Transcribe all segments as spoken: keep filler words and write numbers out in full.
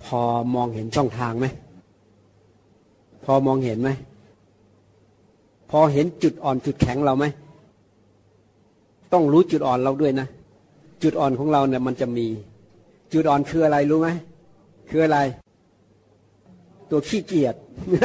พอมองเห็นช่องทางไหมพอมองเห็นไหมพอเห็นจุดอ่อนจุดแข็งเราไหมต้องรู้จุดอ่อนเราด้วยนะจุดอ่อนของเราเนี่ยมันจะมีจุดอ่อนคืออะไรรู้ไหมคืออะไรตัวขี้เกียจ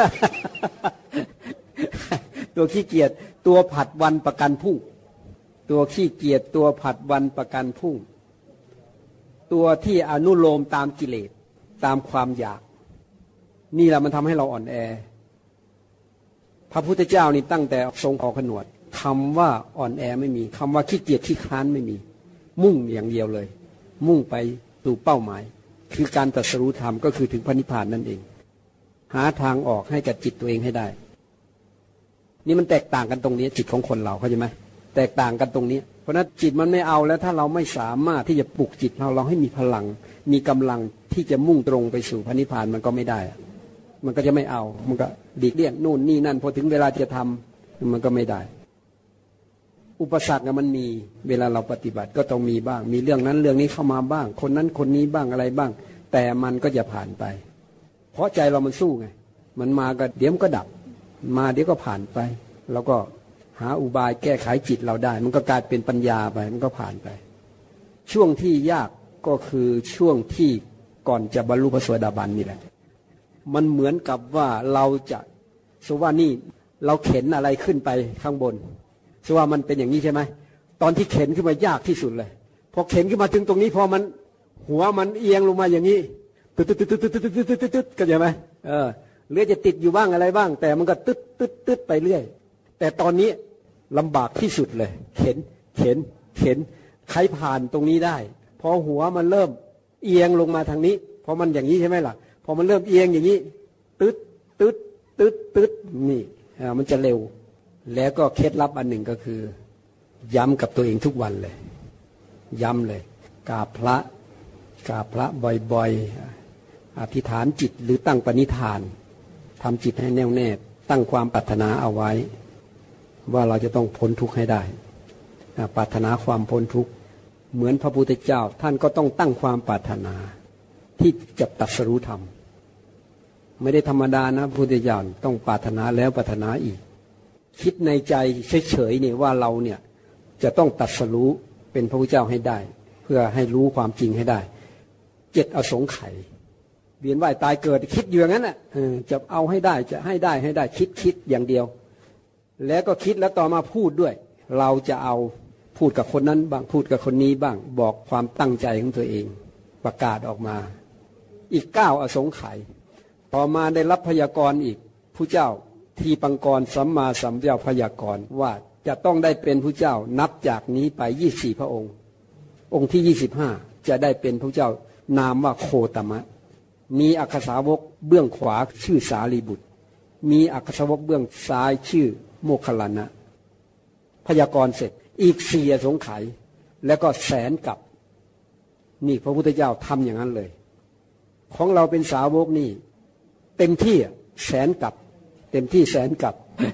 ตัวขี้เกียจตัวผัดวันประกันพรุ่งตัวขี้เกียจตัวผัดวันประกันพรุ่งตัวที่อนุโลมตามกิเลสตามความอยากนี่แหละมันทำให้เราอ่อนแอพระพุทธเจ้านี่ตั้งแต่ทรงออกผนวดคำว่าอ่อนแอไม่มีคำว่าขี้เกียจขี้คร้านไม่มีมุ่งอย่างเดียวเลยมุ่งไปสู่เป้าหมายคือการตรัสรู้ธรรมก็คือถึงพระนิพพานนั่นเองหาทางออกให้กับจิตตัวเองให้ได้นี่มันแตกต่างกันตรงนี้จิตของคนเราเข้าใจไหมแตกต่างกันตรงนี้เพราะนั้นจิตมันไม่เอาแล้วถ้าเราไม่สามารถที่จะปลุกจิตเราเราให้มีพลังมีกำลังที่จะมุ่งตรงไปสู่พระนิพพานมันก็ไม่ได้มันก็จะไม่เอามันก็ดีเลี่ยงนู่นนี่นั่นพอถึงเวลาจะทำมันก็ไม่ได้อุปสรรคมันมีเวลาเราปฏิบัติก็ต้องมีบ้างมีเรื่องนั้นเรื่องนี้เข้ามาบ้างคนนั้นคนนี้บ้างอะไรบ้างแต่มันก็จะผ่านไปเพราะใจเรามันสู้ไงมันมาก็เดี๋ยวมันก็ดับมาเดี๋ยวก็ผ่านไปแล้วก็หาอุบายแก้ไขจิตเราได้มันก็กลายเป็นปัญญาไปมันก็ผ่านไปช่วงที่ยากก็คือช่วงที่ก่อนจะบรรลุพระโสดาบันนี่แหละมันเหมือนกับว่าเราจะสว่านี่เราเข็นอะไรขึ้นไปข้างบนสว่ามันเป็นอย่างนี้ใช่ไหมตอนที่เข็นขึ้นมายากที่สุดเลยพอเข็นขึ้นมาถึงตรงนี้พอมันหัวมันเอียงลงมาอย่างนี้ตึ๊ดตึ๊ดตึ๊ดตึ๊ดตึ๊ดตึ๊ดตึ๊ดตึ๊ดก็ใช่ไหมเออเรือจะติดอยู่บ้างอะไรบ้างแต่มันก็ตึ๊ดตึ๊ดตึ๊ดไปเรื่อยแต่ตอนนี้ลำบากที่สุดเลยเข็นเข็นเข็นใครผ่านตรงนี้ได้พอหัวมันเริ่มเอียงลงมาทางนี้พอมันอย่างนี้ใช่ไหมล่ะพอมันเริ่มเอียงอย่างนี้ตึ๊ดตึ๊ดตึ๊ดตึ๊ดนี่อ่ามันจะเร็วแล้วก็เคล็ดลับอันหนึ่งก็คือย้ำกับตัวเองทุกวันเลยย้ำเลยกราบพระกราบพระบ่อยๆอธิษฐานจิตหรือตั้งปณิธานทำจิตให้แน่วแน่ตั้งความปรารถนาเอาไว้ว่าเราจะต้องพ้นทุกข์ให้ได้ปรารถนาความพ้นทุกข์เหมือนพระพุทธเจ้าท่านก็ต้องตั้งความปรารถนาที่จะตรัสรู้ธรรมไม่ได้ธรรมดานะพระพุทธเจ้าต้องปรารถนาแล้วปรารถนาอีกคิดในใจเฉยๆเนี่ยว่าเราเนี่ยจะต้องตรัสรู้เป็นพระพุทธเจ้าให้ได้เพื่อให้รู้ความจริงให้ได้เจ็ดอสงไขยเวียนว่ายตายเกิดคิดอยู่อย่างนั้นน่ะจะเอาให้ได้จะให้ได้ให้ได้คิดคิดอย่างเดียวแล้วก็คิดแล้วต่อมาพูดด้วยเราจะเอาพูดกับคนนั้นบ้างพูดกับคนนี้บ้างบอกความตั้งใจของตัวเองประกาศออกมาอีกเก้าอสงไขยต่อมาได้รับพยากรณ์อีกผู้เจ้าทีปังกรสัมมาสัมพุทธเจ้าพยากรณ์ว่าจะต้องได้เป็นผู้เจ้านับจากนี้ไปยี่สิบสี่พระองค์องค์ที่ยี่สิบห้าจะได้เป็นผู้เจ้านามว่าโคตมะมีอักขสาวกเบื้องขวาชื่อสารีบุตรมีอักขสาวกเบื้องซ้ายชื่อโมคคัลลานะพยากรณ์เสร็จอีกสี่อสงไขยแล้วก็แสนกับนี่พระพุทธเจ้าทำอย่างนั้นเลยของเราเป็นสาวกนี่เต็มที่แสนกับเต็มที่แสนกับ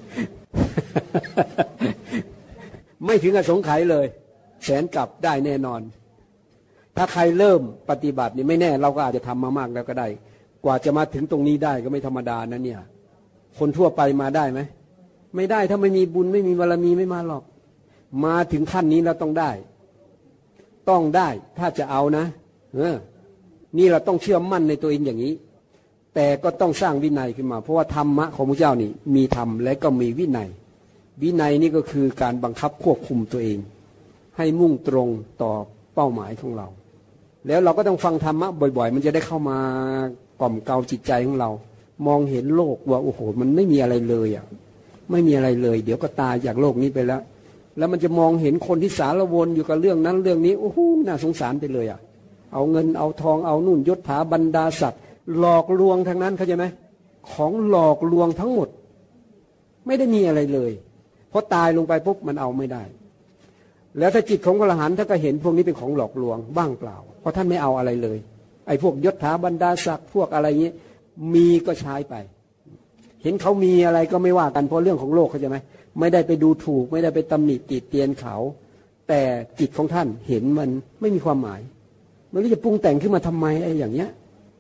ไม่ถึงอสงไขยเลยแสนกับได้แน่นอนถ้าใครเริ่มปฏิบัตินี่ไม่แน่เราก็อาจจะทำมามากแล้วก็ได้กว่าจะมาถึงตรงนี้ได้ก็ไม่ธรรมดานะเนี่ยคนทั่วไปมาได้ไหมไม่ได้ถ้าไม่มีบุญไม่มีบารมีไม่มาหรอกมาถึงขั้นนี้เราต้องได้ต้องได้ถ้าจะเอานะเออนี่เราต้องเชื่อมั่นในตัวเองอย่างนี้แต่ก็ต้องสร้างวินัยขึ้นมาเพราะว่าธรรมะของพระเจ้านี่มีธรรมและก็มีวินัยวินัยนี่ก็คือการบังคับควบคุมตัวเองให้มุ่งตรงต่อเป้าหมายของเราแล้วเราก็ต้องฟังธรรมะบ่อยๆมันจะได้เข้ามากล่อมเกลาจิตใจของเรามองเห็นโลกว่าโอ้โหมันไม่มีอะไรเลยอ่ะไม่มีอะไรเลยเดี๋ยวก็ตายจากโลกนี้ไปแล้วแล้วมันจะมองเห็นคนที่สารวนอยู่กับเรื่องนั้นเรื่องนี้โอ้โหน่าสงสารไปเลยอ่ะเอาเงินเอาทองเอานู่นยศถาบรรดาศักดิ์หลอกลวงทั้งนั้นเข้าใจไหมของหลอกลวงทั้งหมดไม่ได้มีอะไรเลยเพราะตายลงไปปุ๊บมันเอาไม่ได้แล้วถ้าจิตของพระอรหันต์ถ้าก็เห็นพวกนี้เป็นของหลอกลวงบ้างเปล่าเพราะท่านไม่เอาอะไรเลยไอ้พวกยศถาบรรดาศักดิ์พวกอะไรเงี้ยมีก็ใช้ไปเห็นเขามีอะไรก็ไม่ว่ากันเพราะเรื่องของโลกเข้าใจไหมไม่ได้ไปดูถูกไม่ได้ไปตำหนิติเตียนเขาแต่จิตของท่านเห็นมันไม่มีความหมายมันจะปรุงแต่งขึ้นมาทำไมไอ้อย่างเนี้ย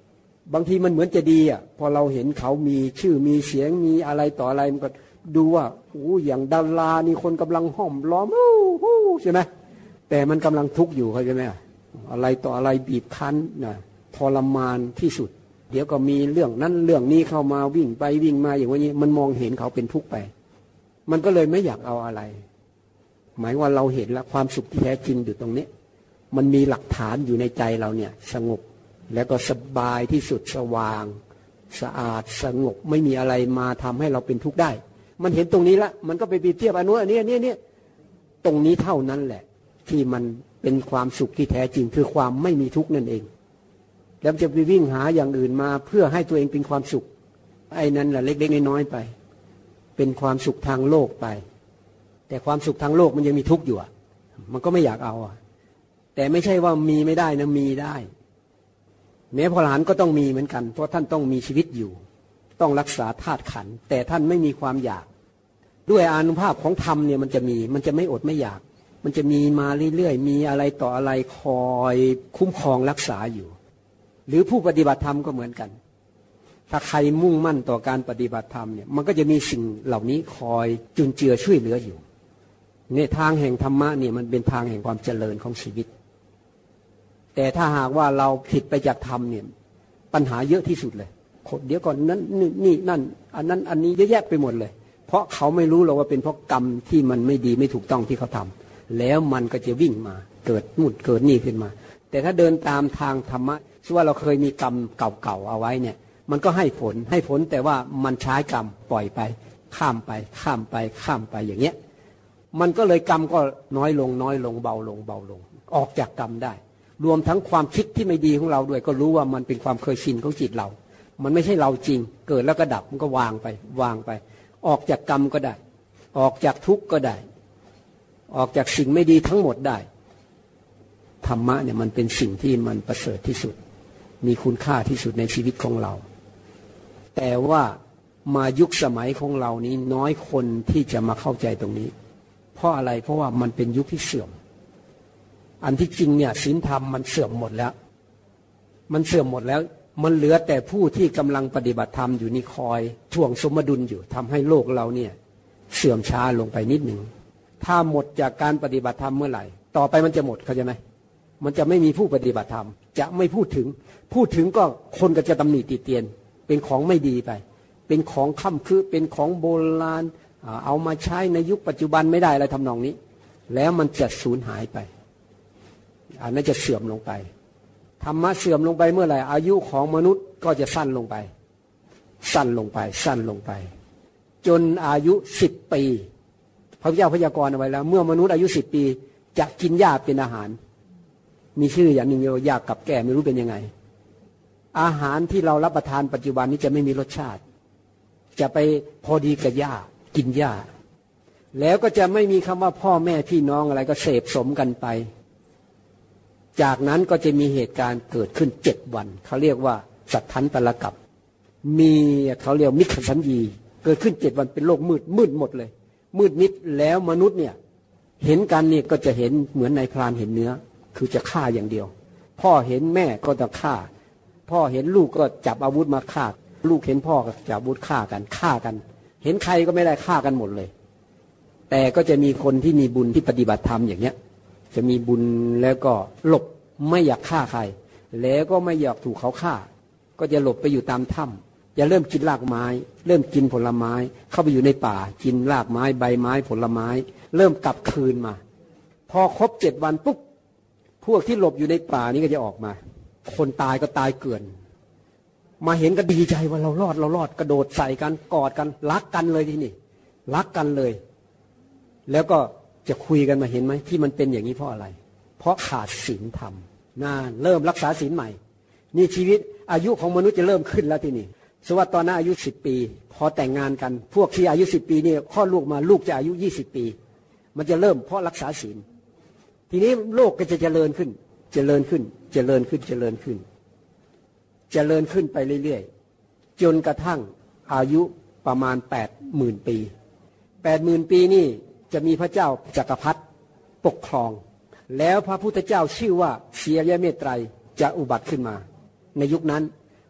บางทีมันเหมือนจะดีอ่ะพอเราเห็นเขามีชื่อมีเสียงมีอะไรต่ออะไรมันก็ดูว่าโอ้อย่างดารานี่คนกำลังห้อมล้อมใช่ไหมแต่มันกำลังทุกข์อยู่เข้าใจไหมอะไรต่ออะไรบีบคั้นนะทรมานที่สุดเดี๋ยวก็มีเรื่องนั้นเรื่องนี้เข้ามาวิ่งไปวิ่งมาอย่างนี้มันมองเห็นเขาเป็นทุกข์ไปมันก็เลยไม่อยากเอาอะไรหมายว่าเราเห็นแล้วความสุขที่แท้จริงอยู่ตรงนี้มันมีหลักฐานอยู่ในใจเราเนี่ยสงบแล้วก็สบายที่สุดสว่างสะอาดสงบไม่มีอะไรมาทำให้เราเป็นทุกข์ได้มันเห็นตรงนี้ละมันก็ไปเปรียบเทียบอันนู้นอันนี้อันนี้เนี่ยตรงนี้เท่านั้นแหละที่มันเป็นความสุขที่แท้จริงคือความไม่มีทุกข์นั่นเองแล้วจะไปวิ่งหาอย่างอื่นมาเพื่อให้ตัวเองเป็นความสุขไอ้นั้นแหละเล็กๆน้อยๆไปเป็นความสุขทางโลกไปแต่ความสุขทางโลกมันยังมีทุกข์อยู่มันก็ไม่อยากเอาแต่ไม่ใช่ว่ามีไม่ได้นะมีได้แม้พระอรหันต์ก็ต้องมีเหมือนกันเพราะท่านต้องมีชีวิตอยู่ต้องรักษาธาตุขันธ์แต่ท่านไม่มีความอยากด้วยอานุภาพของธรรมเนี่ยมันจะมีมันจะไม่อดไม่อยากมันจะมีมาเรื่อยๆมีอะไรต่ออะไรคอยคุ้มครองรักษาอยู่หรือผู้ปฏิบัติธรรมก็เหมือนกันถ้าใครมุ่งมั่นต่อการปฏิบัติธรรมเนี่ยมันก็จะมีสิ่งเหล่านี้คอยจุนเจือช่วยเหลืออยู่ในทางแห่งธรรมะเนี่ยมันเป็นทางแห่งความเจริญของชีวิตแต่ถ้าหากว่าเราผิดไปจากธรรมเนี่ยปัญหาเยอะที่สุดเลยคนเดี๋ยวก่อนนั้นนี่นั่นอันนั้นอันนี้เยอะแยะไปหมดเลยเพราะเขาไม่รู้หรอกว่าเป็นเพราะกรรมที่มันไม่ดีไม่ถูกต้องที่เขาทำแล้วมันก็จะวิ่งมาเกิดนู่นเกิดนี่ขึ้นมาแต่ถ้าเดินตามทางธรรมะซึ่งว่าเราเคยมีกรรมเก่าๆเอาไว้เนี่ยมันก็ให้ผลให้ผลแต่ว่ามันใช้กรรมปล่อยไปข้ามไปข้ามไปข้ามไปอย่างเงี้ยมันก็เลยกรรมก็น้อยลงน้อยลงเบาลงเบาลงออกจากกรรมได้รวมทั้งความคิดที่ไม่ดีของเราด้วยก็รู้ว่ามันเป็นความเคยชินของจิตเรามันไม่ใช่เราจริงเกิดแล้วก็ดับมันก็วางไปวางไปออกจากกรรมก็ได้ออกจากทุกข์ก็ได้ออกจากสิ่งไม่ดีทั้งหมดได้ธรรมะเนี่ยมันเป็นสิ่งที่มันประเสริฐที่สุดมีคุณค่าที่สุดในชีวิตของเราแต่ว่ามายุคสมัยของเรานี้น้อยคนที่จะมาเข้าใจตรงนี้เพราะอะไรเพราะว่ามันเป็นยุคที่เสื่อมอันที่จริงเนี่ยศีลธรรมมันเสื่อมหมดแล้วมันเสื่อมหมดแล้วมันเหลือแต่ผู้ที่กำลังปฏิบัติธรรมอยู่นี่คอยถ่วงสมดุลอยู่ทำให้โลกเราเนี่ยเสื่อมช้าลงไปนิดหนึ่งถ้าหมดจากการปฏิบัติธรรมเมื่อไหร่ต่อไปมันจะหมดเข้าใจไหมมันจะไม่มีผู้ปฏิบัติธรรมจะไม่พูดถึงพูดถึงก็คนก็จะตำหนิติเตียนเป็นของไม่ดีไปเป็นของค่ำคือเป็นของโบราณเอามาใช้ในยุคปัจจุบันไม่ได้อะไรทำนองนี้แล้วมันจะสูญหายไปอันนั้นจะเสื่อมลงไปธรรมะเสื่อมลงไปเมื่อไหร่อายุของมนุษย์ก็จะสั้นลงไปสั้นลงไปสั้นลงไปจนอายุสิบปีพระพุทธเจ้าพยากรณ์เอาไว้แล้วเมื่อมนุษย์อายุสิบปีจะกินหญ้าเป็นอาหารมีชื่ออย่างหนึ่งเรียกว่าหญ้ากับแก่ไม่รู้เป็นยังไงอาหารที่เรารับประทานปัจจุบันนี้จะไม่มีรสชาติจะไปพอดีกับหญ้ากินหญ้าแล้วก็จะไม่มีคำว่าพ่อแม่พี่น้องอะไรก็เสพสมกันไปจากนั้นก็จะมีเหตุการณ์เกิดขึ้นเจ็ดวันเขาเรียกว่าสัทธันตรกัปมีเขาเรียกมิจฉาสัญญีเกิดขึ้นเจ็ดวันเป็นโลกมืดมืดหมดเลยมืดมิดแล้วมนุษย์เนี่ยเห็นกันเนี่ยก็จะเห็นเหมือนนายพรานเห็นเนื้อคือจะฆ่าอย่างเดียวพ่อเห็นแม่ก็จะฆ่าพ่อเห็นลูกก็จับอาวุธมาฆ่าลูกเห็นพ่อก็จับอาวุธฆ่ากันฆ่ากันเห็นใครก็ไม่ได้ฆ่ากันหมดเลยแต่ก็จะมีคนที่มีบุญที่ปฏิบัติธรรมอย่างเนี้ยจะมีบุญแล้วก็หลบไม่อยากฆ่าใครแล้วก็ไม่อยากถูกเขาฆ่าก็จะหลบไปอยู่ตามถ้ำจะเริ่มกินรากไม้เริ่มกินผลไม้เข้าไปอยู่ในป่ากินรากไม้ใบไม้ผลไม้เริ่มกลับคืนมาพอครบเจ็ดวันปุ๊บพวกที่หลบอยู่ในป่านี้ก็จะออกมาคนตายก็ตายเกลื่อนมาเห็นก็ดีใจว่าเรารอดเรารอดกระโดดใส่กันกอดกันรักกันเลยที่นี่รักกันเลยแล้วก็จะคุยกันมาเห็นไหมที่มันเป็นอย่างนี้เพราะอะไรเพราะขาดศีลธรรมน่าเริ่มรักษาศีลใหม่นี่ชีวิตอายุของมนุษย์จะเริ่มขึ้นแล้วที่นี่สวัสดิ์ตอนนั้นอายุสิบปีพอแต่งงานกันพวกที่อายุสิบปีนี่คลอดลูกมาลูกจะอายุยี่สิบปีมันจะเริ่มเพราะรักษาศีลทีนี้โลกก็จะเจริญขึ้นเจริญขึ้นเจริญขึ้นเจริญขึ้นเจริญขึ้นไปเรื่อยๆจนกระทั่งอายุประมาณแปดหมื่นปีแปดหมื่นปีนี่จะมีพระเจ้าจักรพรรดิปกครองแล้วพระพุทธเจ้าชื่อว่าเสียยะเมตไตรจะอุบัติขึ้นมาในยุคนั้น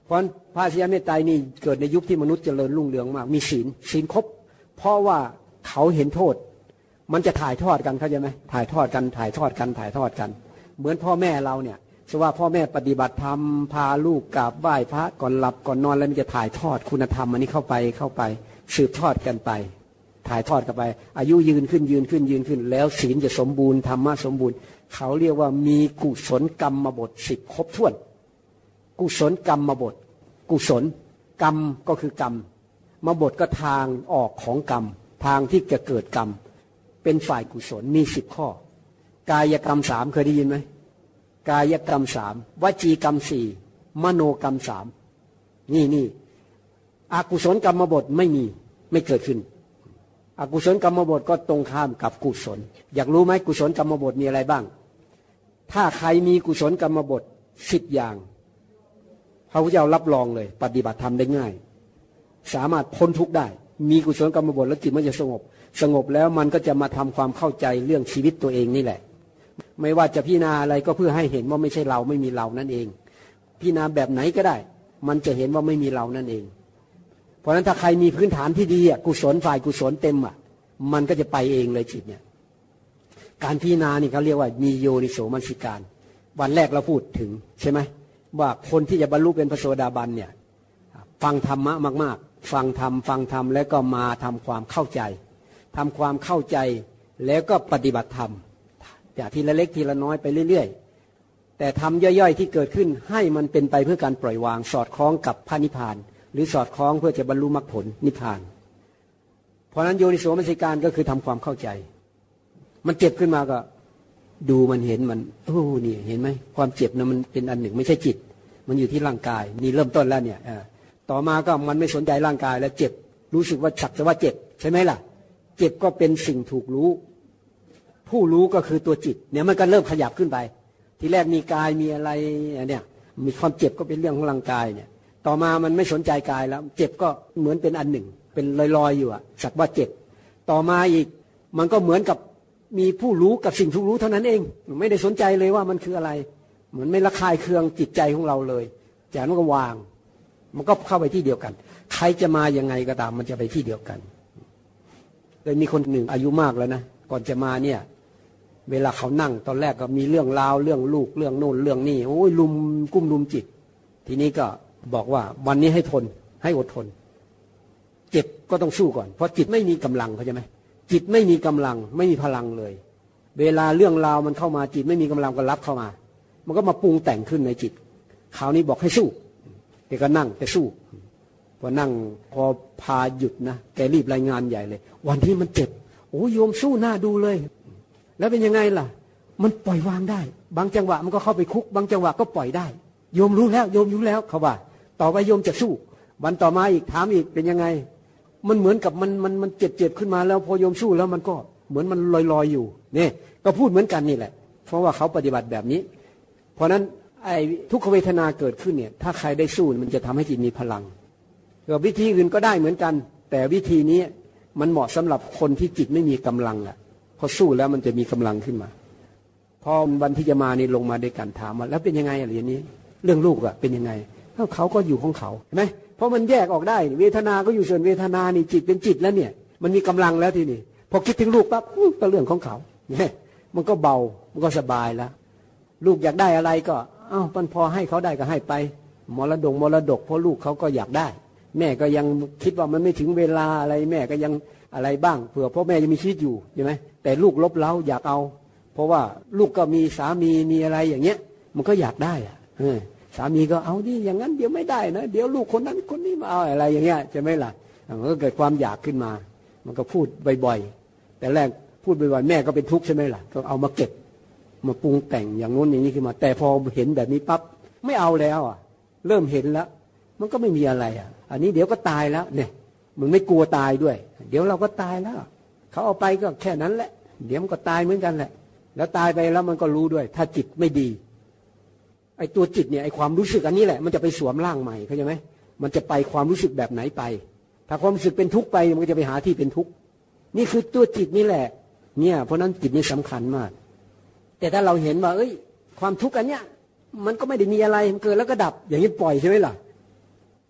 เพราะพระอริยเมตไตรนี่เกิดในยุคที่มนุษย์เจริญรุ่งเรืองมากมีศีลศีลครบเพราะว่าเขาเห็นโทษมันจะถ่ายทอดกันเข้าใจไหมถ่ายทอดกันถ่ายทอดกันถ่ายทอดกันเหมือนพ่อแม่เราเนี่ยสว่าพ่อแม่ปฏิบัติธรรมพาลูกกราบไหว้พระก่อนหลับก่อนนอนแล้วมันจะถ่ายทอดคุณธรรมอันนี้เข้าไปเข้าไปสืบทอดกันไปถ่ายทอดกันไปอายุยืนขึ้นยืนขึ้นยืนขึ้นแล้วศีลจะสมบูรณ์ธรรมะสมบูรณ์เขาเรียกว่ามีกุศลกรรมบทสิบครบถ้วนกุศลกรรมบทกุศลกรรมก็คือกรรมมาบทก็ทางออกของกรรมทางที่จะเกิดกรรมเป็นฝ่ายกุศลมีสิบข้อกายกรรมสามเคยได้ยินไหมกายกรรมสามวจีกรรมสี่มโนกรรมสามนี่นี่อกุศลกรรมบทไม่มีไม่เกิดขึ้นอกุศลกรรมบทก็ตรงข้ามกับกุศลอยากรู้ไหมกุศลกรรมบทมีอะไรบ้างถ้าใครมีกุศลกรรมบทสิบอย่างพระพุทธเจ้ารับรองเลยปฏิบัติธรรมได้ง่ายสามารถพ้นทุกข์ได้มีกุศลกรรมบทแล้วจิตมันจะสงบสงบแล้วมันก็จะมาทำความเข้าใจเรื่องชีวิตตัวเองนี่แหละไม่ว่าจะพิจารณาอะไรก็เพื่อให้เห็นว่าไม่ใช่เราไม่มีเรานั่นเองพิจารณาแบบไหนก็ได้มันจะเห็นว่าไม่มีเรานั่นเองเพราะฉะนั้นถ้าใครมีพื้นฐานที่ดีกุศลฝ่ายกุศลเต็มอ่ะมันก็จะไปเองเลยจิตเนี่ยการพิจารณานี่เขาเรียกว่ามีโยนิโสมนสิการวันแรกเราพูดถึงใช่ไหมว่าคนที่จะบรรลุเป็นพระโสดาบันเนี่ยฟังธรรมะมากๆฟังธรรมฟังธรรมแล้วก็มาทำความเข้าใจทำความเข้าใจแล้วก็ปฏิบัติธรรมจากทีละเล็กทีละน้อยไปเรื่อยๆแต่ทำย่อยๆที่เกิดขึ้นให้มันเป็นไปเพื่อการปล่อยวางสอดคล้องกับพระนิพพานหรือสอดคล้องเพื่อจะบรรลุมรรคผลนิพพานเพราะนั้นโยนิโสมนสิการก็คือทำความเข้าใจมันเจ็บขึ้นมาก็ดูมันเห็นมันโอ้นี่เห็นไหมความเจ็บนะมันเป็นอันหนึ่งไม่ใช่จิตมันอยู่ที่ร่างกายนี่เริ่มต้นแล้วเนี่ยต่อมาก็มันไม่สนใจร่างกายแล้วเจ็บรู้สึกว่าสักแต่ว่าเจ็บใช่ไหมล่ะเจ็บก็เป็นสิ่งถูกรู้ผู้รู้ก็คือตัวจิตเนี่ยมันก็เริ่มขยับขึ้นไปทีแรกมีกายมีอะไรเนี่ยมีความเจ็บก็เป็นเรื่องของร่างกายเนี่ยต่อมามันไม่สนใจกายแล้วเจ็บก็เหมือนเป็นอันหนึ่งเป็นลอยๆอยู่อะสักว่าเจ็บต่อมาอีกมันก็เหมือนกับมีผู้รู้กับสิ่งถูกรู้เท่านั้นเองไม่ได้สนใจเลยว่ามันคืออะไรเหมือนไม่ระคายเคืองจิตใจของเราเลยจากนั้นก็วางมันก็เข้าไปที่เดียวกันใครจะมายังไงก็ตามมันจะไปที่เดียวกันเลยมีคนหนึ่งอายุมากแล้วนะก่อนจะมาเนี่ยเวลาเขานั่งตอนแรกก็มีเรื่องราวเรื่องลูกเรื่องโน่นเรื่องนี่โอ้ยลุมกุ้มลุมจิตทีนี้ก็บอกว่าวันนี้ให้ทนให้อดทนเจ็บก็ต้องสู้ก่อนเพราะจิตไม่มีกำลังเข้าใจไหมจิตไม่มีกำลังไม่มีพลังเลยเวลาเรื่องราวมันเข้ามาจิตไม่มีกำลังก็รับเข้ามามันก็มาปรุงแต่งขึ้นในจิตคราวนี้บอกให้สู้แกก็นั่งแกสู้พอนั่งพอพาหยุดนะแกรีบรายงานใหญ่เลยวันที่มันเจ็บโอ้โยมสู้หน้าดูเลยแล้วเป็นยังไงล่ะมันปล่อยวางได้บางจังหวะมันก็เข้าไปคุกบางจังหวะก็ปล่อยได้โยมรู้แล้วโยมรู้แล้วเขาว่าต่อไปโยมจะสู้วันต่อมาอีกถามอีกเป็นยังไงมันเหมือนกับมันมันมันเจ็บเจ็บขึ้นมาแล้วพอโยมสู้แล้วมันก็เหมือนมันลอยลอยอยู่เนี่ยก็พูดเหมือนกันนี่แหละเพราะว่าเขาปฏิบัติแบบนี้เพราะนั้นไอ้ทุกขเวทนาเกิดขึ้นเนี่ยถ้าใครได้สู้มันจะทำให้จิตมีพลังกับวิธีอื่นก็ได้เหมือนกันแต่วิธีนี้มันเหมาะสำหรับคนที่จิตไม่มีกำลังแหละพอสู้แล้วมันจะมีกำลังขึ้นมาพอวันที่จะมานี่ลงมาด้วยกันถามมาแล้วเป็นยังไงอะไรอย่างนี้เรื่องลูกอะเป็นยังไงเขาก็อยู่ของเขาเห็นไหมเพราะมันแยกออกได้เวทนาก็อยู่ส่วนเวทนานี่จิตเป็นจิตแล้วเนี่ยมันมีกำลังแล้วทีนี้พอคิดถึงลูกปั๊บก็เรื่องของเขาเนี่ยมันก็เบามันก็สบายแล้วลูกอยากได้อะไรก็เอ้ามันพอให้เขาได้ก็ให้ไปมรดกมรดกเพราะลูกเขาก็อยากได้แม่ก็ยังคิดว่ามันไม่ถึงเวลาอะไรแม่ก็ยังอะไรบ้างเผื่อพ่อแม่ยังมีชีวิตอยู่ใช่ไหมแต่ลูกลบเล้าอยากเอาเพราะว่าลูกก็มีสามีมีอะไรอย่างเงี้ยมันก็อยากได้อะสามีก็เอาดิอย่างนั้นเดี๋ยวไม่ได้นะเดี๋ยวลูกคนนั้นคนนี้มาเอาอะไรอย่างเงี้ยใช่ไหมล่ะมันก็เกิดความอยากขึ้นมามันก็พูดบ่อยๆแต่แรกพูดบ่อยๆแม่ก็เป็นทุกข์ใช่ไหมล่ะก็เอามาเก็บมาปรุงแต่งอย่างโน้นอย่างนี้ขึ้นมาแต่พอเห็นแบบนี้ปั๊บไม่เอาแล้วอ่ะเริ่มเห็นแล้วมันก็ไม่มีอะไรอ่ะอันนี้เดี๋ยวก็ตายแล้วเนี่ยมึงไม่กลัวตายด้วยเดี๋ยวเราก็ตายแล้วเขาเอาไปก็แค่นั้นแหละเดี๋ยวมันก็ตายเหมือนกันแหละแล้วตายไปแล้วมันก็รู้ด้วยถ้าจิตไม่ดีไอ้ตัวจิตเนี่ยไอ้ความรู้สึกอันนี้แหละมันจะไปสวมร่างใหม่เข้าใจไหมมันจะไปความรู้สึกแบบไหนไปถ้าความรู้สึกเป็นทุกข์ไปมันก็จะไปหาที่เป็นทุกข์นี่คือตัวจิตนี่แหละเนี่ยเพราะนั้นจิตนี่สำคัญมากแต่ถ้าเราเห็นว่าเอ้ยความทุกข์อันเนี้ยมันก็ไม่ได้มีอะไรมันเกิดแล้วก็ดับอย่างนี้ปล่อยใช่ไหมล่ะ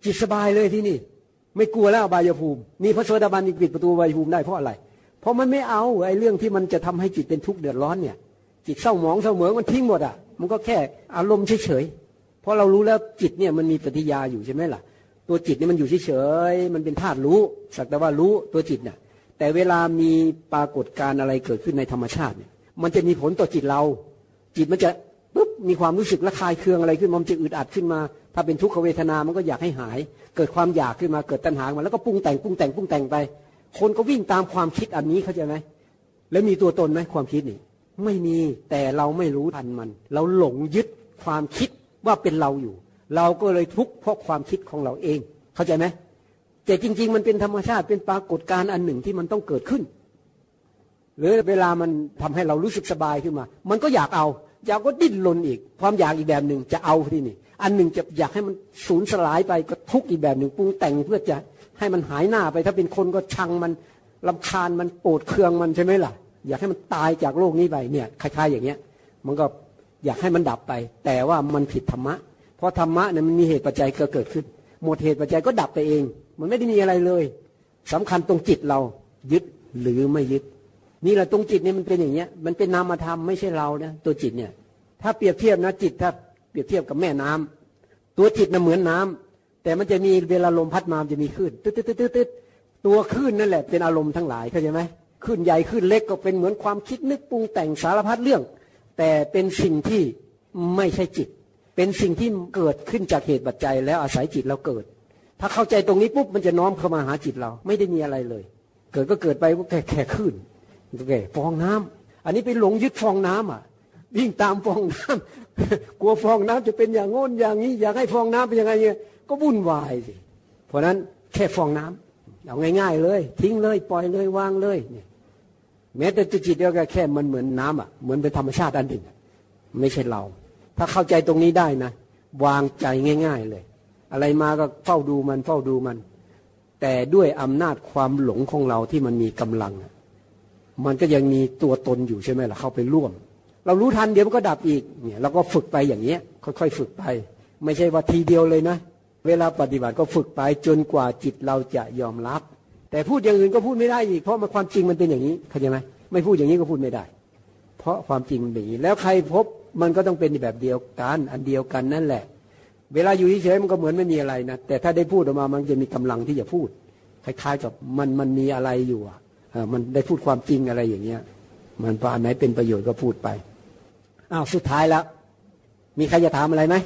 จิตสบายเลยที่นี่ไม่กลัวแล้วอบายภูมินี่พระโสดาบันยังปิดประตูอบายภูมิได้เพราะอะไรเพราะมันไม่เอาไอ้เรื่องที่มันจะทำให้จิตเป็นทุกข์เดือดร้อนเนี่ยจิตเศร้าหมองเศร้าเหมืองมันทิ้งหมดอ่ะมันก็แค่อารมณ์เฉยๆเพราะเรารู้แล้วจิตเนี่ยมันมีปฏิยาอยู่ใช่ไหมล่ะตัวจิตเนี่ยมันอยู่เฉยๆมันเป็นธาตุรู้สักแต่ว่ารู้ตัวจิตเนี่ยแต่เวลามีปรากฏการณ์อะไรเกิดขึ้นในธรรมชาติเนี่ยมันจะมีผลต่อจิตเราจิตมันจะปุ๊บมีความรู้สึกระคายเคืองอะไรขึ้นมันจะอึดอัดขึ้นมาถ้าเป็นทุกขเวทนามันก็อยากให้หายเกิดความอยากขึ้นมาเกิดตัณหามาแล้วก็ปรุงแต่งปรุงแต่งปรุงแต่งไปคนก็วิ่งตามความคิดอันนี้เข้าใจไหมแล้วมีตัวตนไหมความคิดนี่ไม่มีแต่เราไม่รู้ทันมันเราหลงยึดความคิดว่าเป็นเราอยู่เราก็เลยทุกข์เพราะความคิดของเราเองเข้าใจไหมแต่จริงๆมันเป็นธรรมชาติเป็นปรากฏการณ์อันหนึ่งที่มันต้องเกิดขึ้นหรือเวลามันทำให้เรารู้สึกสบายขึ้นมามันก็อยากเอาอยากก็ดิ้นรนอีกความอยากอีกแบบหนึ่งจะเอาที่นี่อันหนึ่งจะอยากให้มันสูญสลายไปก็ทุกข์อีกแบบหนึ่งปรุงแต่งเพื่อจะให้มันหายหน้าไปถ้าเป็นคนก็ชังมันรำคาญมันโกรธเคืองมันใช่ไหมล่ะอยากให้มันตายจากโลกนี้ไปเนี่ยคล้ายๆอย่างเงี้ยมันก็อยากให้มันดับไปแต่ว่ามันผิดธรรมะเพราะธรรมะเนี่ยมันมีเหตุปัจจัยเกิดขึ้นหมดเหตุปัจจัยก็ดับไปเองมันไม่ได้มีอะไรเลยสำคัญตรงจิตเรายึดหรือไม่ยึดนี่แหละตรงจิตเนี่ยมันเป็นอย่างเงี้ยมันเป็นนามธรรมไม่ใช่เรานะตัวจิตเนี่ยถ้าเปรียบเทียบนะจิตถ้าเปรียบเทียบกับแม่น้ำตัวจิตน่ะเหมือนน้ำแต่มันจะมีเวลาลมพัดมาจะมีคลื่นตึ๊ดตึ๊ดตึ๊ดตึ๊ดตัวคลื่นนั่นแหละเป็นอารมณ์ทั้งหลายเข้าใจไหมคลื่นใหญ่คลื่นเล็กก็เป็นเหมือนความคิดนึกปรุงแต่งสารพัดเรื่องแต่เป็นสิ่งที่ไม่ใช่จิตเป็นสิ่งที่เกิดขึ้นจากเหตุปัจจัยแล้วอาศัยจิตเราเกิดถ้าเข้าใจตรงนี้ปุ๊บมันจะน้อมเข้ามาหาจิตเราไม่ได้มีอะไรเลยเกิดก็เกิดไปก็แค่แค่คลื่นแค่ฟองน้ำอันนี้ไปหลงยึดฟองน้ำอ่ะวิ่งตามฟองน้ำกลัวฟองน้ำจะเป็นอย่างโน้นอย่างนี้อยากให้ฟองน้ำเป็นยังไงเนี่ยก็วุ่นวายสิเพราะนั้นแค่ฟองน้ำเอาง่ายๆเลยทิ้งเลยปล่อยเลยวางเลยเนี่ยแม้แต่จิตเดียวกันแค่มันเหมือนน้ำอ่ะเหมือนเป็นธรรมชาติอันหนึ่งไม่ใช่เราถ้าเข้าใจตรงนี้ได้นะวางใจง่ายๆเลยอะไรมาก็เฝ้าดูมันเฝ้าดูมันแต่ด้วยอำนาจความหลงของเราที่มันมีกำลังมันก็ยังมีตัวตนอยู่ใช่ไหมล่ะเข้าไปร่วมเรารู้ทันเดี๋ยวมันก็ดับอีกเนี่ยเราก็ฝึกไปอย่างเงี้ยค่อยๆฝึกไปไม่ใช่ว่าทีเดียวเลยนะเวลาปฏิบัติก็ฝึกไปจนกว่าจิตเราจะยอมรับแต่พูดอย่างอื่นก็พูดไม่ได้อีกเพราะมันความจริงมันเป็นอย่างนี้เข้าใจไหมไม่พูดอย่างนี้ก็พูดไม่ได้เพราะความจริงมันเป็นอย่างนี้แล้วใครพบมันก็ต้องเป็นแบบเดียวกันอันเดียวกันนั่นแหละเวลาอยู่เฉยๆมันก็เหมือนไม่มีอะไรนะแต่ถ้าได้พูดออกมามันจะมีกำลังที่จะพูดคล้ายๆกับมันมันมีอะไรอยู่อ่ะมันได้พูดความจริงอะไรอย่างเงี้ยมันพออันไหนเป็นประโยชน์ก็พูดไปอ้าวสุดท้ายแล้วมีใครจะถามอะไรไหม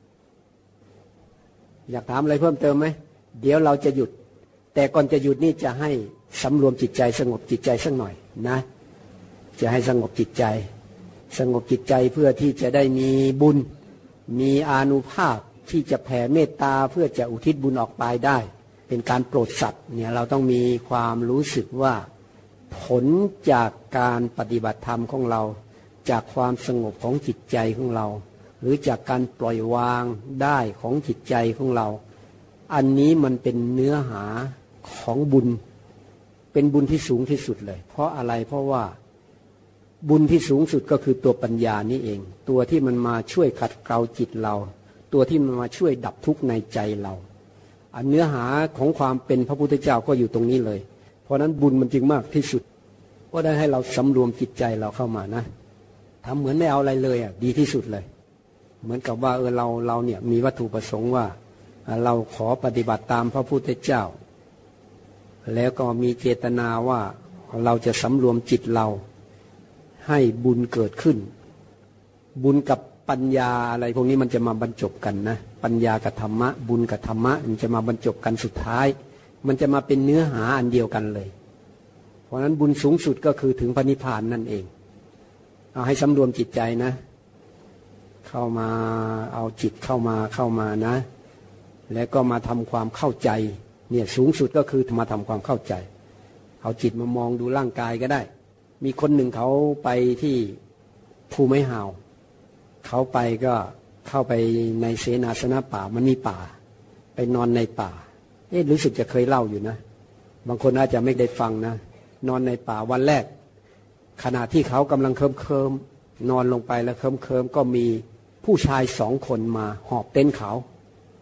อยากถามอะไรเพิ่มเติมไหมเดี๋ยวเราจะหยุดแต่ก่อนจะหยุดนี่จะให้สำรวมจิตใจสงบจิตใจสักหน่อยนะจะให้สงบจิตใจสงบจิตใจเพื่อที่จะได้มีบุญมีอานุภาพที่จะแผ่เมตตาเพื่อจะอุทิศบุญออกไปได้เป็นการโปรดสัตว์เนี่ยเราต้องมีความรู้สึกว่าผลจากการปฏิบัติธรรมของเราจากความสงบของจิตใจของเราหรือจากการปล่อยวางได้ของจิตใจของเราอันนี้มันเป็นเนื้อหาของบุญเป็นบุญที่สูงที่สุดเลยเพราะอะไรเพราะว่าบุญที่สูงสุดก็คือตัวปัญญานี่เองตัวที่มันมาช่วยขัดเกลาจิตเราตัวที่มันมาช่วยดับทุกข์ในใจเราอันเนื้อหาของความเป็นพระพุทธเจ้าก็อยู่ตรงนี้เลยเพราะนั้นบุญมันจึงมากที่สุดก็ได้ให้เราสำรวมจิตใจเราเข้ามานะทำเหมือนไม่เอาอะไรเลยอ่ะดีที่สุดเลยเหมือนกับว่าเออเราเราเนี่ยมีวัตถุประสงค์ว่าเราขอปฏิบัติตามพระพุทธเจ้าแล้วก็มีเจตนาว่าเราจะสำรวมจิตเราให้บุญเกิดขึ้นบุญกับปัญญาอะไรพวกนี้มันจะมาบรรจบกันนะปัญญากับธรรมะบุญกับธรรมะมันจะมาบรรจบกันสุดท้ายมันจะมาเป็นเนื้อหาอันเดียวกันเลยเพราะฉะนั้นบุญสูงสุดก็คือถึงพระนิพพานนั่นเองเอาให้สำรวมจิตใจนะเข้ามาเอาจิตเข้ามาเข้ามานะแล้วก็มาทำความเข้าใจเนี่ยสูงสุดก็คือมาทำความเข้าใจเอาจิตมามองดูร่างกายก็ได้มีคนหนึ่งเขาไปที่ภูไม้หาวเขาไปก็เข้าไปในเสนาสนะป่ามันมีป่าไปนอนในป่าเอ๊ะรู้สึกจะเคยเล่าอยู่นะบางคนอาจจะไม่ได้ฟังนะนอนในป่าวันแรกขณะที่เขากำลังเคิมเคิมนอนลงไปแล้วเคิมเคิมก็มีผู้ชายสองคนมาหอบเต็นท์เขา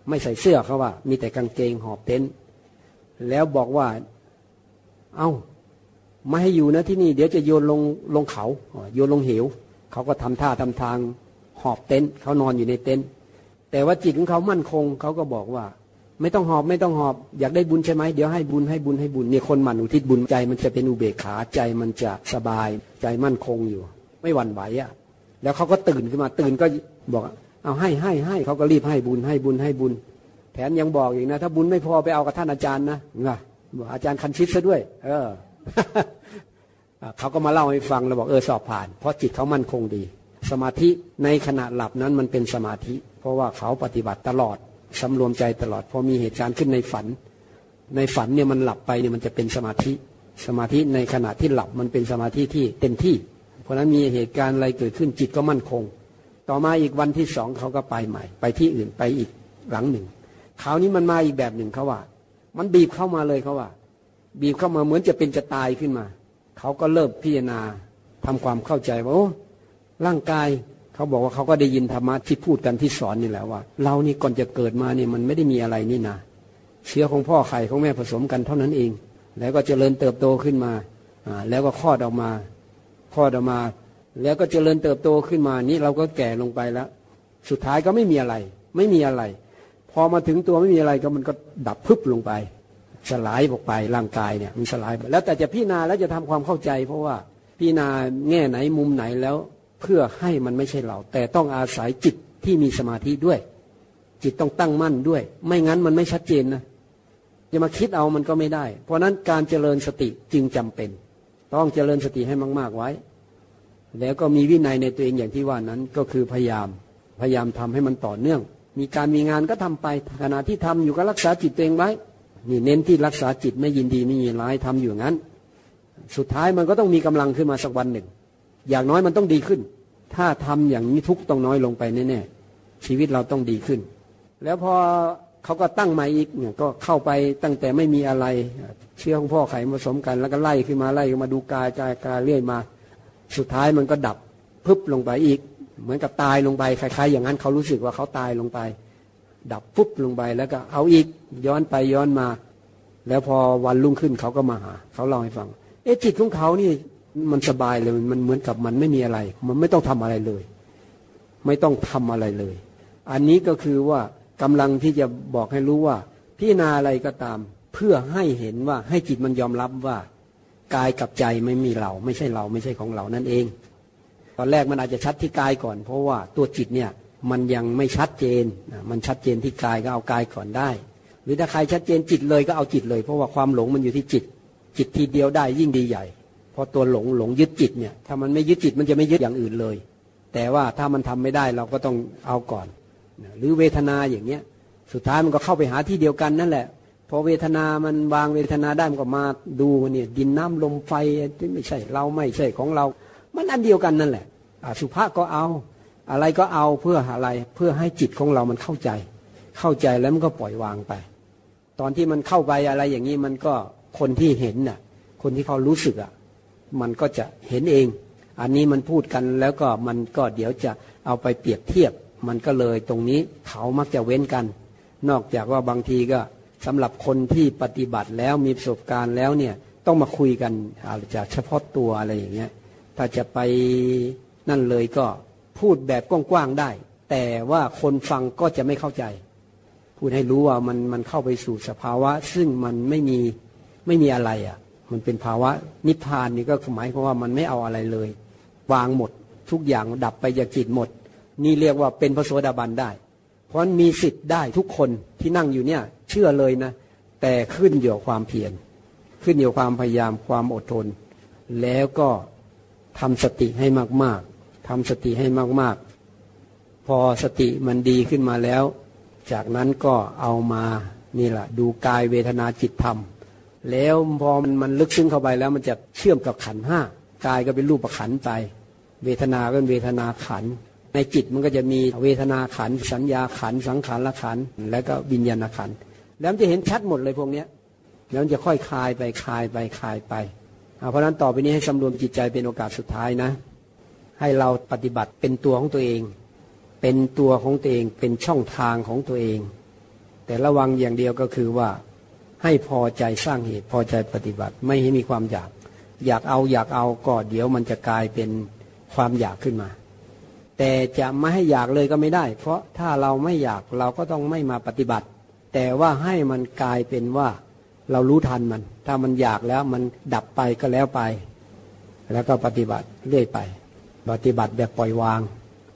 ไม่ใส่เสื้อเขาว่ามีแต่กางเกงหอบเต็นท์แล้วบอกว่าเอ้าไม่ให้อยู่นะที่นี่เดี๋ยวจะโยนลงลงเขาโยนลงเหวเขาก็ทำท่าทำทางหอบเต็นท์เขานอนอยู่ในเต็นท์แต่ว่าจิตของเขามั่นคงเขาก็บอกว่าไม่ต้องหอบไม่ต้องหอบอยากได้บุญใช่ไหมเดี๋ยวให้บุญให้บุญให้บุญเนี่ยคนหมั่นอุทิศบุญใจมันจะเป็นอุเบกขาใจมันจะสบายใจมั่นคงอยู่ไม่หวั่นไหวอ่ะแล้วเขาก็ตื่นขึ้นมาตื่นก็บอกเอาให้ให้ให้เขาก็รีบให้บุญให้บุญให้บุญแถมยังบอกอีกนะถ้าบุญไม่พอไปเอากับท่านอาจารย์นะนะบอกอาจารย์คันชิตซะด้วยเออ เขาก็มาเล่าให้ฟังแล้วบอกเออสอบผ่านเพราะจิตเขามั่นคงดีสมาธิในขณะหลับนั้นมันเป็นสมาธิเพราะว่าเขาปฏิบัติตลอดสำรวมใจตลอดพอมีเหตุการณ์ขึ้นในฝันในฝันเนี่ยมันหลับไปเนี่ยมันจะเป็นสมาธิสมาธิในขณะที่หลับมันเป็นสมาธิที่เต็มที่เพราะนั้นมีเหตุการณ์อะไรเกิดขึ้นจิตก็มั่นคงต่อมาอีกวันที่สองเขาก็ไปใหม่ไปที่อื่นไปอีกหลังหนึ่งคราวนี้มันมาอีกแบบหนึ่งเขาว่ามันบีบเข้ามาเลยเขาว่าบีบเข้ามาเหมือนจะเป็นจะตายขึ้นมาเขาก็เริ่มพิจารณาทำความเข้าใจว่าโอ้ร่างกายเขาบอกว่าเขาก็ได้ยินธรรมะที่พูดกันที่สอนนี่แหละว่าเรานี่ก่อนจะเกิดมาเนี่ยมันไม่ได้มีอะไรนี่นะเชื้อของพ่อไข่ของแม่ผสมกันเท่านั้นเองแล้วก็เจริญเติบโตขึ้นมาอ่าแล้วก็คลอดออกมาคลอดออกมาแล้วก็เจริญเติบโตขึ้นมานี่เราก็แก่ลงไปแล้วสุดท้ายก็ไม่มีอะไรไม่มีอะไรพอมาถึงตัวไม่มีอะไรก็มันก็ดับพึบลงไปสลายออกไปร่างกายเนี่ยมันสลายแล้วแต่จะพิจารณาแล้วจะทำความเข้าใจเพราะว่าพิจารณาแง่ไหนมุมไหนแล้วเพื่อให้มันไม่ใช่เราแต่ต้องอาศัยจิตที่มีสมาธิด้วยจิตต้องตั้งมั่นด้วยไม่งั้นมันไม่ชัดเจนนะจะมาคิดเอามันก็ไม่ได้เพราะนั้นการเจริญสติจึงจำเป็นต้องเจริญสติให้มากๆไว้แล้วก็มีวินัยในตัวเองอย่างที่ว่านั้นก็คือพยายามพยายามทำให้มันต่อเนื่องมีการมีงานก็ทำไปขณะที่ทำอยู่ก็รักษาจิตตัวเองไว้นี่เน้นที่รักษาจิตไม่ยินดีไม่ยินร้ายทำอยู่งั้นสุดท้ายมันก็ต้องมีกำลังขึ้นมาสักวันหนึ่งอย่างน้อยมันต้องดีขึ้นถ้าทำอย่างนี้ทุกต้องน้อยลงไปแน่ๆชีวิตเราต้องดีขึ้นแล้วพอเขาก็ตั้งใหม่อีกเนี่ยก็เข้าไปตั้งแต่ไม่มีอะไรเชื้อของพ่อไข่ผสมกันแล้วก็ไล่ขึ้นมาไล่ขึ้นมาดูกายกายกายเรื่อยมาสุดท้ายมันก็ดับพึบลงไปอีกเหมือนกับตายลงไปคล้ายๆอย่างนั้นเขารู้สึกว่าเขาตายลงไปดับปุ๊บลงไปแล้วก็เอาอีกย้อนไปย้อนมาแล้วพอวันรุ่งขึ้นเขาก็มาหาเขาเล่าให้ฟังเอ๊ะจิตของเขานี่มันสบายเลยมันเหมือนกับมันไม่มีอะไรมันไม่ต้องทำอะไรเลยไม่ต้องทำอะไรเลยอันนี้ก็คือว่ากำลังที่จะบอกให้รู้ว่าพิจารณาอะไรก็ตามเพื่อให้เห็นว่าให้จิตมันยอมรับว่ากายกับใจไม่มีเราไม่ใช่เราไม่ใช่ของเรานั่นเองตอนแรกมันอาจจะชัดที่กายก่อนเพราะว่าตัวจิตเนี่ยมันยังไม่ชัดเจนมันชัดเจนที่กายก็เอากายก่อนได้หรือถ้าใครชัดเจนจิตเลยก็เอาจิตเลยเพราะว่าความหลงมันอยู่ที่จิตจิตทีเดียวได้ยิ่งดีใหญ่เพราะตัวหลงหลงยึดจิตเนี่ยถ้ามันไม่ยึดจิตมันจะไม่ยึดอย่างอื่นเลยแต่ว่าถ้ามันทำไม่ได้เราก็ต้องเอาก่อนหรือเวทนาอย่างเงี้ยสุดท้ายมันก็เข้าไปหาที่เดียวกันนั่นแหละพอเวทนามันวางเวทนาได้มันก็มาดูเนี่ยดินน้ำลมไฟที่ไม่ใช่เราไม่ใช่ของเรามันอันเดียวกันนั่นแหละอสุภะก็เอาอะไรก็เอาเพื่ออะไรเพื่อให้จิตของเรามันเข้าใจเข้าใจแล้วมันก็ปล่อยวางไปตอนที่มันเข้าไปอะไรอย่างนี้มันก็คนที่เห็นน่ะคนที่เขารู้สึกอ่ะมันก็จะเห็นเองอันนี้มันพูดกันแล้วก็มันก็เดี๋ยวจะเอาไปเปรียบเทียบมันก็เลยตรงนี้เขามักจะเว้นกันนอกจากว่าบางทีก็สำหรับคนที่ปฏิบัติแล้วมีประสบการณ์แล้วเนี่ยต้องมาคุยกันอาจจะเฉพาะตัวอะไรอย่างเงี้ยถ้าจะไปนั่นเลยก็พูดแบบกว้างๆได้แต่ว่าคนฟังก็จะไม่เข้าใจพูดให้รู้ว่ามันมันเข้าไปสู่สภาวะซึ่งมันไม่มีไม่มีอะไรอ่ะมันเป็นภาวะนิพพานนี่ก็หมายความว่ามันไม่เอาอะไรเลยวางหมดทุกอย่างดับไปจากจิตหมดนี่เรียกว่าเป็นพระโสดาบันได้เพราะมีสิทธิ์ได้ทุกคนที่นั่งอยู่เนี่ยเชื่อเลยนะแต่ขึ้นอยู่กับความเพียรขึ้นอยู่กับความพยายามความอดทนแล้วก็ทำสติให้มากๆทำสติให้มากๆพอสติมันดีขึ้นมาแล้วจากนั้นก็เอามานี่แหละดูกายเวทนาจิตธรรมแล้วพอมันมันลึกซึ้งเข้าไปแล้วมันจะเชื่อมกับขันธ์ห้ากายก็เป็นรูปขันธ์ไปเวทนาก็เป็นเวทนาขันธ์ในจิตมันก็จะมีเวทนาขันธ์สัญญาขันธ์สังขารขันธ์แล้วก็วิญญาณขันธ์แล้วมันจะเห็นชัดหมดเลยพวกนี้แล้วมันจะค่อยคลายไปคลายไปคลายไปเพราะฉะนั้นต่อไปนี้ให้สำรวมจิตใจเป็นโอกาสสุดท้ายนะให้เราปฏิบัติเป็นตัวของตัวเองเป็นตัวของตัวเองเป็นช่องทางของตัวเองแต่ระวังอย่างเดียวก็คือว่าให้พอใจสร้างเหตุพอใจปฏิบัติไม่ให้มีความอยากอยากเอาอยากเอาก็เดี๋ยวมันจะกลายเป็นความอยากขึ้นมาแต่จะไม่ให้อยากเลยก็ไม่ได้เพราะถ้าเราไม่อยากเราก็ต้องไม่มาปฏิบัติแต่ว่าให้มันกลายเป็นว่าเรารู้ทันมันถ้ามันอยากแล้วมันดับไปก็แล้วไปแล้วก็ปฏิบัติเรื่อยไปปฏิบัติแบบปล่อยวาง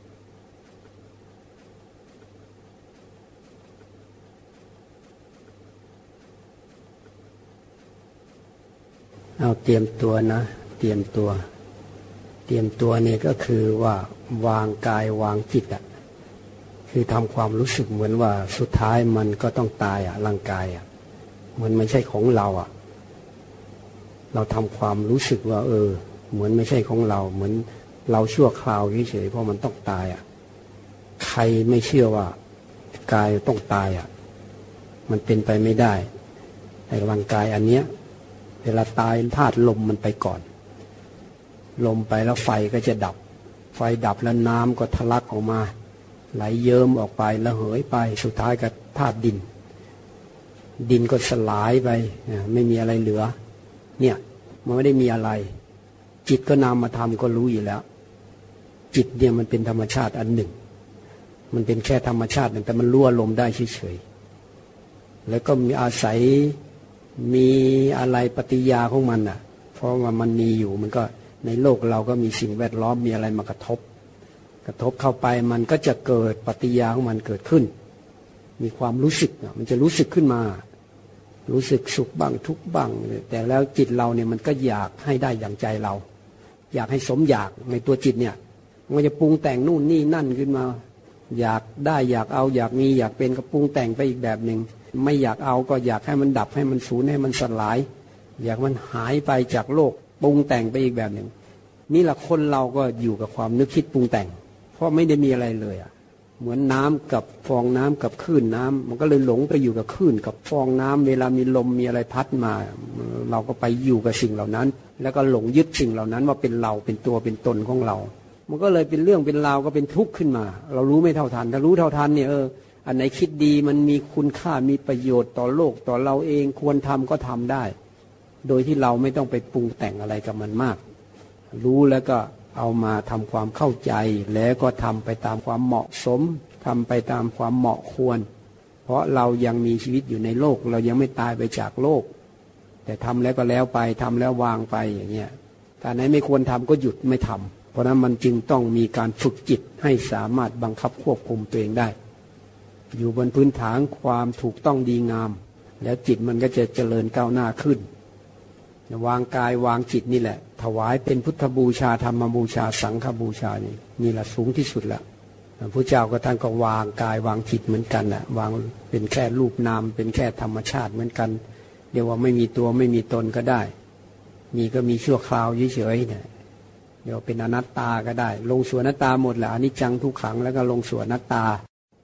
เอาเตรียมตัวนะเตรียมตัวเตรียมตัวนี่ก็คือว่าวางกายวางจิตอ่ะคือทำความรู้สึกเหมือนว่าสุดท้ายมันก็ต้องตายอ่ะร่างกายอ่ะมันไม่ใช่ของเราอ่ะเราทำความรู้สึกว่าเออเหมือนไม่ใช่ของเราเหมือนเราชั่วคราวเฉยๆเพราะมันต้องตายอ่ะใครไม่เชื่อว่ากายต้องตายอ่ะมันเป็นไปไม่ได้ในร่างกายอันเนี้ยเวลาตายธาตุลมมันไปก่อนลมไปแล้วไฟก็จะดับไฟดับแล้วน้ำก็ทะลักออกมาไหลเยิ้มออกไปแล้วเหยไปสุดท้ายก็ธาตุดินดินก็สลายไปไม่มีอะไรเหลือเนี่ยมันไม่ได้มีอะไรจิตก็นำมาทำก็รู้อยู่แล้วจิตเนี่ยมันเป็นธรรมชาติอันหนึ่งมันเป็นแค่ธรรมชาติหนึ่งแต่มันรั่วลมได้เฉยๆแล้วก็มีอาศัยมีอะไรปฏิยาของมันอ่ะเพราะว่ามันมีอยู่มันก็ในโลกเราก็มีสิ่งแวดล้อมมีอะไรมากระทบกระทบเข้าไปมันก็จะเกิดปฏิยาของมันเกิดขึ้นมีความรู้สึกมันจะรู้สึกขึ้นมารู้สึกสุขบ้างทุกข์บ้างแต่แล้วจิตเราเนี่ยมันก็อยากให้ได้อย่างใจเราอยากให้สมอยากในตัวจิตเนี่ยมันจะปรุงแต่งนู่นนี่นั่นขึ้นมาอยากได้อยากเอาอยากมีอยากเป็นก็ปรุงแต่งไปอีกแบบหนึ่งไม่อยากเอาก็อยากให้มันดับให้มันสูญให้มันสลายอยากมันหายไปจากโลกปรุงแต่งไปอีกแบบหนึ่งนี่แหละคนเราก็อยู่กับความนึกคิดปรุงแต่งเพราะไม่ได้มีอะไรเลยอ่ะเหมือนน้ำกับฟองน้ำกับคลื่นน้ำมันก็เลยหลงไปอยู่กับคลื่นกับฟองน้ำเวลามีลมมีอะไรพัดมาเราก็ไปอยู่กับสิ่งเหล่านั้นแล้วก็หลงยึดสิ่งเหล่านั้นว่าเป็นเราเป็นตัวเป็นตนของเรามันก็เลยเป็นเรื่องเป็นราวก็เป็นทุกข์ขึ้นมาเรารู้ไม่เท่าทันถ้ารู้เท่าทันเนี่ยเอออันไหนคิดดีมันมีคุณค่ามีประโยชน์ต่อโลกต่อเราเองควรทำก็ทำได้โดยที่เราไม่ต้องไปปรุงแต่งอะไรกับมันมากรู้แล้วก็เอามาทำความเข้าใจแล้วก็ทำไปตามความเหมาะสมทำไปตามความเหมาะควรเพราะเรายังมีชีวิตอยู่ในโลกเรายังไม่ตายไปจากโลกแต่ทำแล้วก็แล้วไปทำแล้ววางไปอย่างเงี้ยถ้าไหนไม่ควรทำก็หยุดไม่ทำเพราะนั้นมันจึงต้องมีการฝึกจิตให้สามารถบังคับควบคุมตัวเองได้อยู่บนพื้นฐานความถูกต้องดีงามแล้วจิตมันก็จะเจริญก้าวหน้าขึ้นวางกายวางจิตนี่แหละถวายเป็นพุทธบูชาธรรมบูชาสังฆบูชานี่นี่แหละสูงที่สุดละพระเจ้าก็ท่านก็วางกายวางจิตเหมือนกันนะวางเป็นแค่รูปนามเป็นแค่ธรรมชาติเหมือนกันเรียกว่าไม่มีตัวไม่มีตนก็ได้มีก็มีชั่วคราวเฉยๆเนี่ยเดี๋ยวเป็นอนัตตาก็ได้ลงสู่อนัตตาหมดแหละอนิจจังทุกขังแล้วก็ลงสู่อนัตตา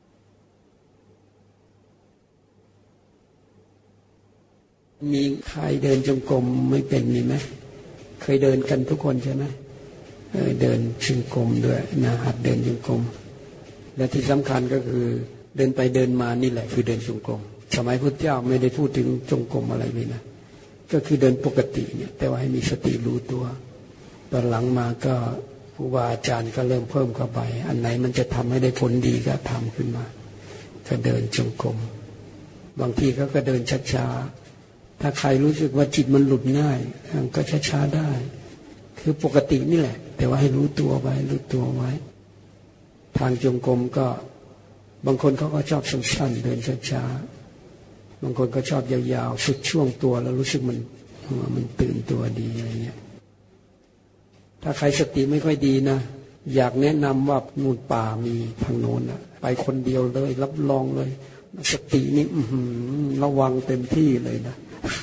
มีใครเดินจงกรมไม่เป็นมีไหมเคยเดินกันทุกคนใช่ไหมเออเดินจงกรมด้วยนะหัดเดินจงกรมและที่สำคัญก็คือเดินไปเดินมานี่แหละคือเดินจงกรมสมัยพุทธเจ้าไม่ได้พูดถึงจงกรมอะไรเลยนะก็คือเดินปกติเนี่ยแต่ว่าให้มีสติรู้ตัวตอนหลังมาก็ครูบาอาจารย์ก็เริ่มเพิ่มเข้าไปอันไหนมันจะทำให้ได้ผลดีก็ทำขึ้นมาก็เดินจงกรมบางทีเขาก็เดินช้าๆถ้าใครรู้สึกว่าจิตมันหลุดง่ายก็ช้าๆได้คือปกตินี่แหละแต่ว่าให้รู้ตัวไว้รู้ตัวไว้ทางจงกรมก็บางคนเขาก็ชอบสั้นๆเดินช้าๆบางคนก็ชอบยาวๆสุดช่วงตัวแล้วรู้สึกมันมันตื่นตัวดีอะไรเงี้ยถ้าใครสติไม่ค่อยดีนะอยากแนะนำว่านู่นป่ามีทางโน้นนะไปคนเดียวเลยรับรองเลยสตินี่ระวังเต็มที่เลยนะ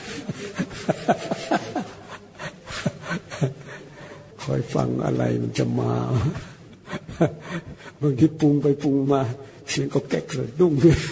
คอยฟังอะไรมันจะมาบางทีปรุงไปปรุงมาเสียงก็แก๊กเลยดุ้ง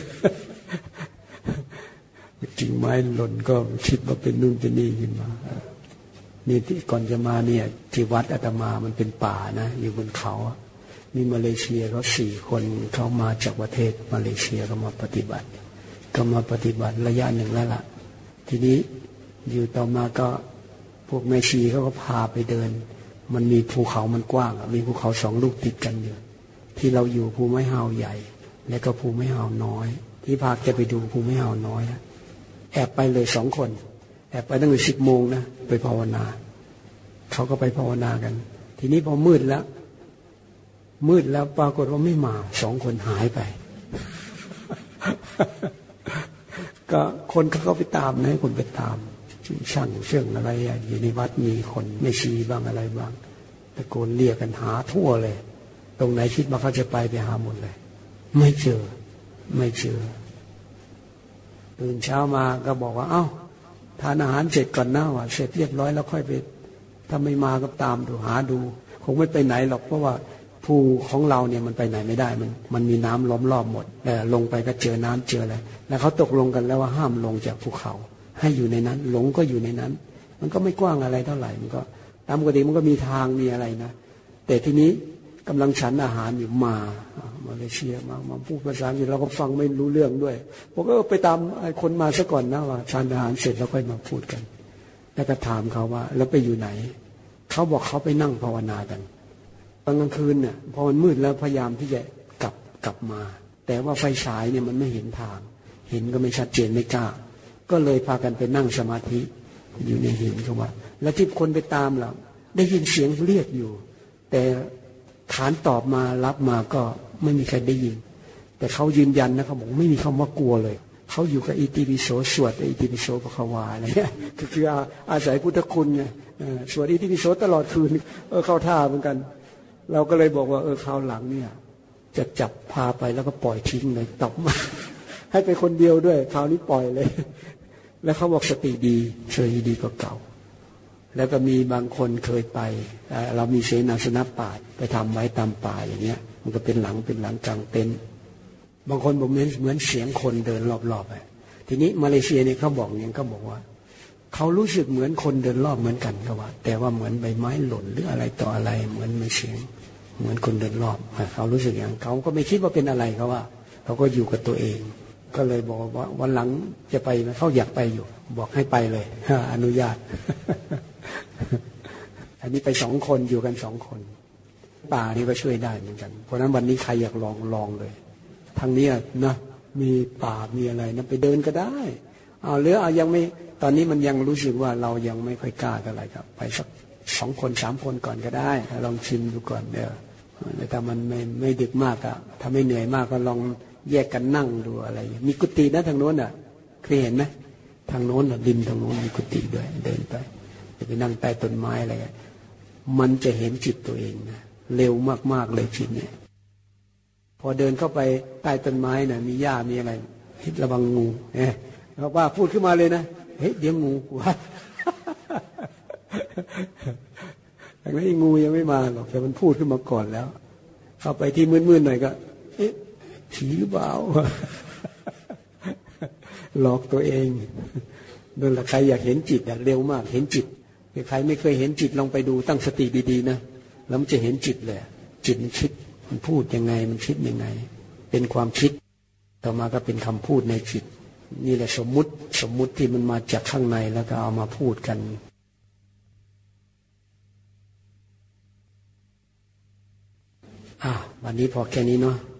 จริงไม้หล่นก็คิดว่าเป็นนู่นเป็นนี่ขึ้นมานี่ที่ก่อนจะมาเนี่ยที่วัดอาตมามันเป็นป่านะอยู่บนเขามีมาเลเซียเขาสี่คนเขามาจากประเทศมาเลเซียเขามาปฏิบัติก็มาปฏิบัติระยะหนึ่งแล้วล่ะทีนี้อยู่ต่อมาก็พวกแม่ชีเขาก็พาไปเดินมันมีภูเขามันกว้างมีภูเขาสองลูกติดกันอยู่ที่เราอยู่ภูไม้ฮาวใหญ่และก็ภูไม้ฮาวน้อยที่พาแกไปดูภูไม้ฮาวน้อยแอบไปเลยสองคนแอบไปตั้งแต่สิบโมงนะไปภาวนาเขาก็ไปภาวนากันทีนี้พอมืดแล้วมืดแล้วปรากฏว่าไม่มาสองคนหายไป ก็คนเขาก็ไปตามนะคนไปตามช่างเชื่องอะไรอยู่ในวัดมีคนไม่ชี้บ้างอะไรบ้างตะโกนเรียกกันหาทั่วเลยตรงไหนคิดว่าเขาจะไปไปหาหมดเลยไม่เจอไม่เจอตื่นเช้ามาก็บอกว่าเอ้าทานอาหารเสร็จก่อนนะว่าเสร็จเรียบร้อยแล้วค่อยไปถ้าไม่มาก็ตามดูหาดูคงไม่ไปไหนหรอกเพราะว่าภูของเราเนี่ยมันไปไหนไม่ได้มันมันมีน้ำล้อมรอบหมดแต่ลงไปก็เจอน้ำเจออะไรแล้วเขาตกลงกันแล้วว่าห้ามลงจากภูเขาให้อยู่ในนั้นหลงก็อยู่ในนั้น มันก็ไม่กว้างอะไรเท่าไหร่มันก็ตามปกติมันก็มีทางมีอะไรนะแต่ทีนี้กำลังฉันอาหารอยู่มามาเลเซียมามาพูดภาษาอังกฤษเราก็ฟังไม่รู้เรื่องด้วยผมก็ไปตามคนมาซะก่อนนะว่าฉันอาหารเสร็จแล้วค่อยมาพูดกันแล้วก็ถามเขาว่าแล้วไปอยู่ไหนเขาบอกเขาไปนั่งภาวนากันตอนกลางคืนเนี่ยพอมันมืดแล้วพยายามที่จะกลับกลับมาแต่ว่าไฟฉายเนี่ยมันไม่เห็นทางเห็นก็ไม่ชัดเจนไม่กล้าก็เลยพากันไปนั่งสมาธิอยู่ในหินเขาว่าแล้วที่คนไปตามเราได้ยินเสียงเรียกอยู่แต่ฐานตอบมารับมาก็ไม่มีใครได้ยินแต่เขายืนยันนะเขาบอกไม่มีคำว่ากลัวเลยเขาอยู่กับอิติปิโสสวดอิติปิโสภควาอะไรเงี้ยก็คืออาศัยพุทธคุณไงสวดอิติปิโสตลอดคืนเออเข้าท่าเหมือนกันเราก็เลยบอกว่าเออคราวหลังเนี่ยจะจับพาไปแล้วก็ปล่อยทิ้งเลยตบมาให้ไปคนเดียวด้วยคราวนี้ปล่อยเลยแล้วเขาบอกสติดีเฉยดีกว่าเก่าแล้วก็มีบางคนเคยไปเรามีเสนาสนะป่าไปทำไว้ตามป่าอย่างเงี้ยมันก็เป็นหลังเป็นหลังกลางเต็นท์บางคนบอกเหมือนเหมือนเสียงคนเดินรอบๆไปทีนี้มาเลเซียเนี่ยเขาบอกอย่างเขาบอกว่าเขารู้สึกเหมือนคนเดินรอบเหมือนกันเขาว่าแต่ว่าเหมือนใบไม้หล่นหรืออะไรต่ออะไรเหมือนมันเสียงเหมือนคนเดินรอบเขารู้สึกอย่างเขาก็ไม่คิดว่าเป็นอะไรเขาว่าเขาก็อยู่กับตัวเองก็เลยบอกว่าวันหลังจะไปไหมเขาอยากไปอยู่บอกให้ไปเลยอนุญาต อันนี้ไปสองคนอยู่กันสองคนป่านี่ก็ช่วยได้เหมือนกันเพราะฉะนั้นวันนี้ใครอยากลองลองเลยทางนี้นะมีป่ามีอะไรนะไปเดินก็ได้เอาหรือเอายังไม่ตอนนี้มันยังรู้สึกว่าเรายังไม่ค่อยกล้าเท่าไหร่ครับไปสักสองคนสามคนก่อนก็ได้ลองชิมดูก่อนเดี๋ยวแต่ถ้ามันไม่ไม่ดึกมากอะถ้าไม่เหนื่อยมากก็ลองแยกกันนั่งดูอะไรมีกุฏินะทางโน้นอ่ะเคยเห็นไหมทางโน้นริมทางโน้นมีกุฏิด้วยเดินไปจะไปนั่งใต้ต้นไม้อะไรมันจะเห็นจิตตัวเองนะเร็วมากๆเลยจิตเนี่ยพอเดินเข้าไปใต้ต้นไม้น่ะมีหญ้ามีอะไรคิดระวังงูเอ๊ะเขาว่าพูดขึ้นมาเลยนะเฮ้ยเดี๋ยวงูกูว่าแต่ไม่งูยังไม่มาหรอกแต่มันพูดขึ้นมาก่อนแล้วเข้าไปที่มืดๆหน่อยก็เอ๊ะผีหรือเปล่าหลอกตัวเองนั่นแหละใครอยากเห็นจิตเร็วมากเห็นจิตใครไม่เคยเห็นจิตลองไปดูตั้งสติดีๆนะแล้วมันจะเห็นจิตเลยจิตมันคิดมันพูดยังไงมันคิดยังไงเป็นความคิดต่อมาก็เป็นคำพูดในจิตนี่แหละสมมุติสมมุติที่มันมาจากข้างในแล้วก็เอามาพูดกันอ่ะวันนี้พอแค่นี้เนาะ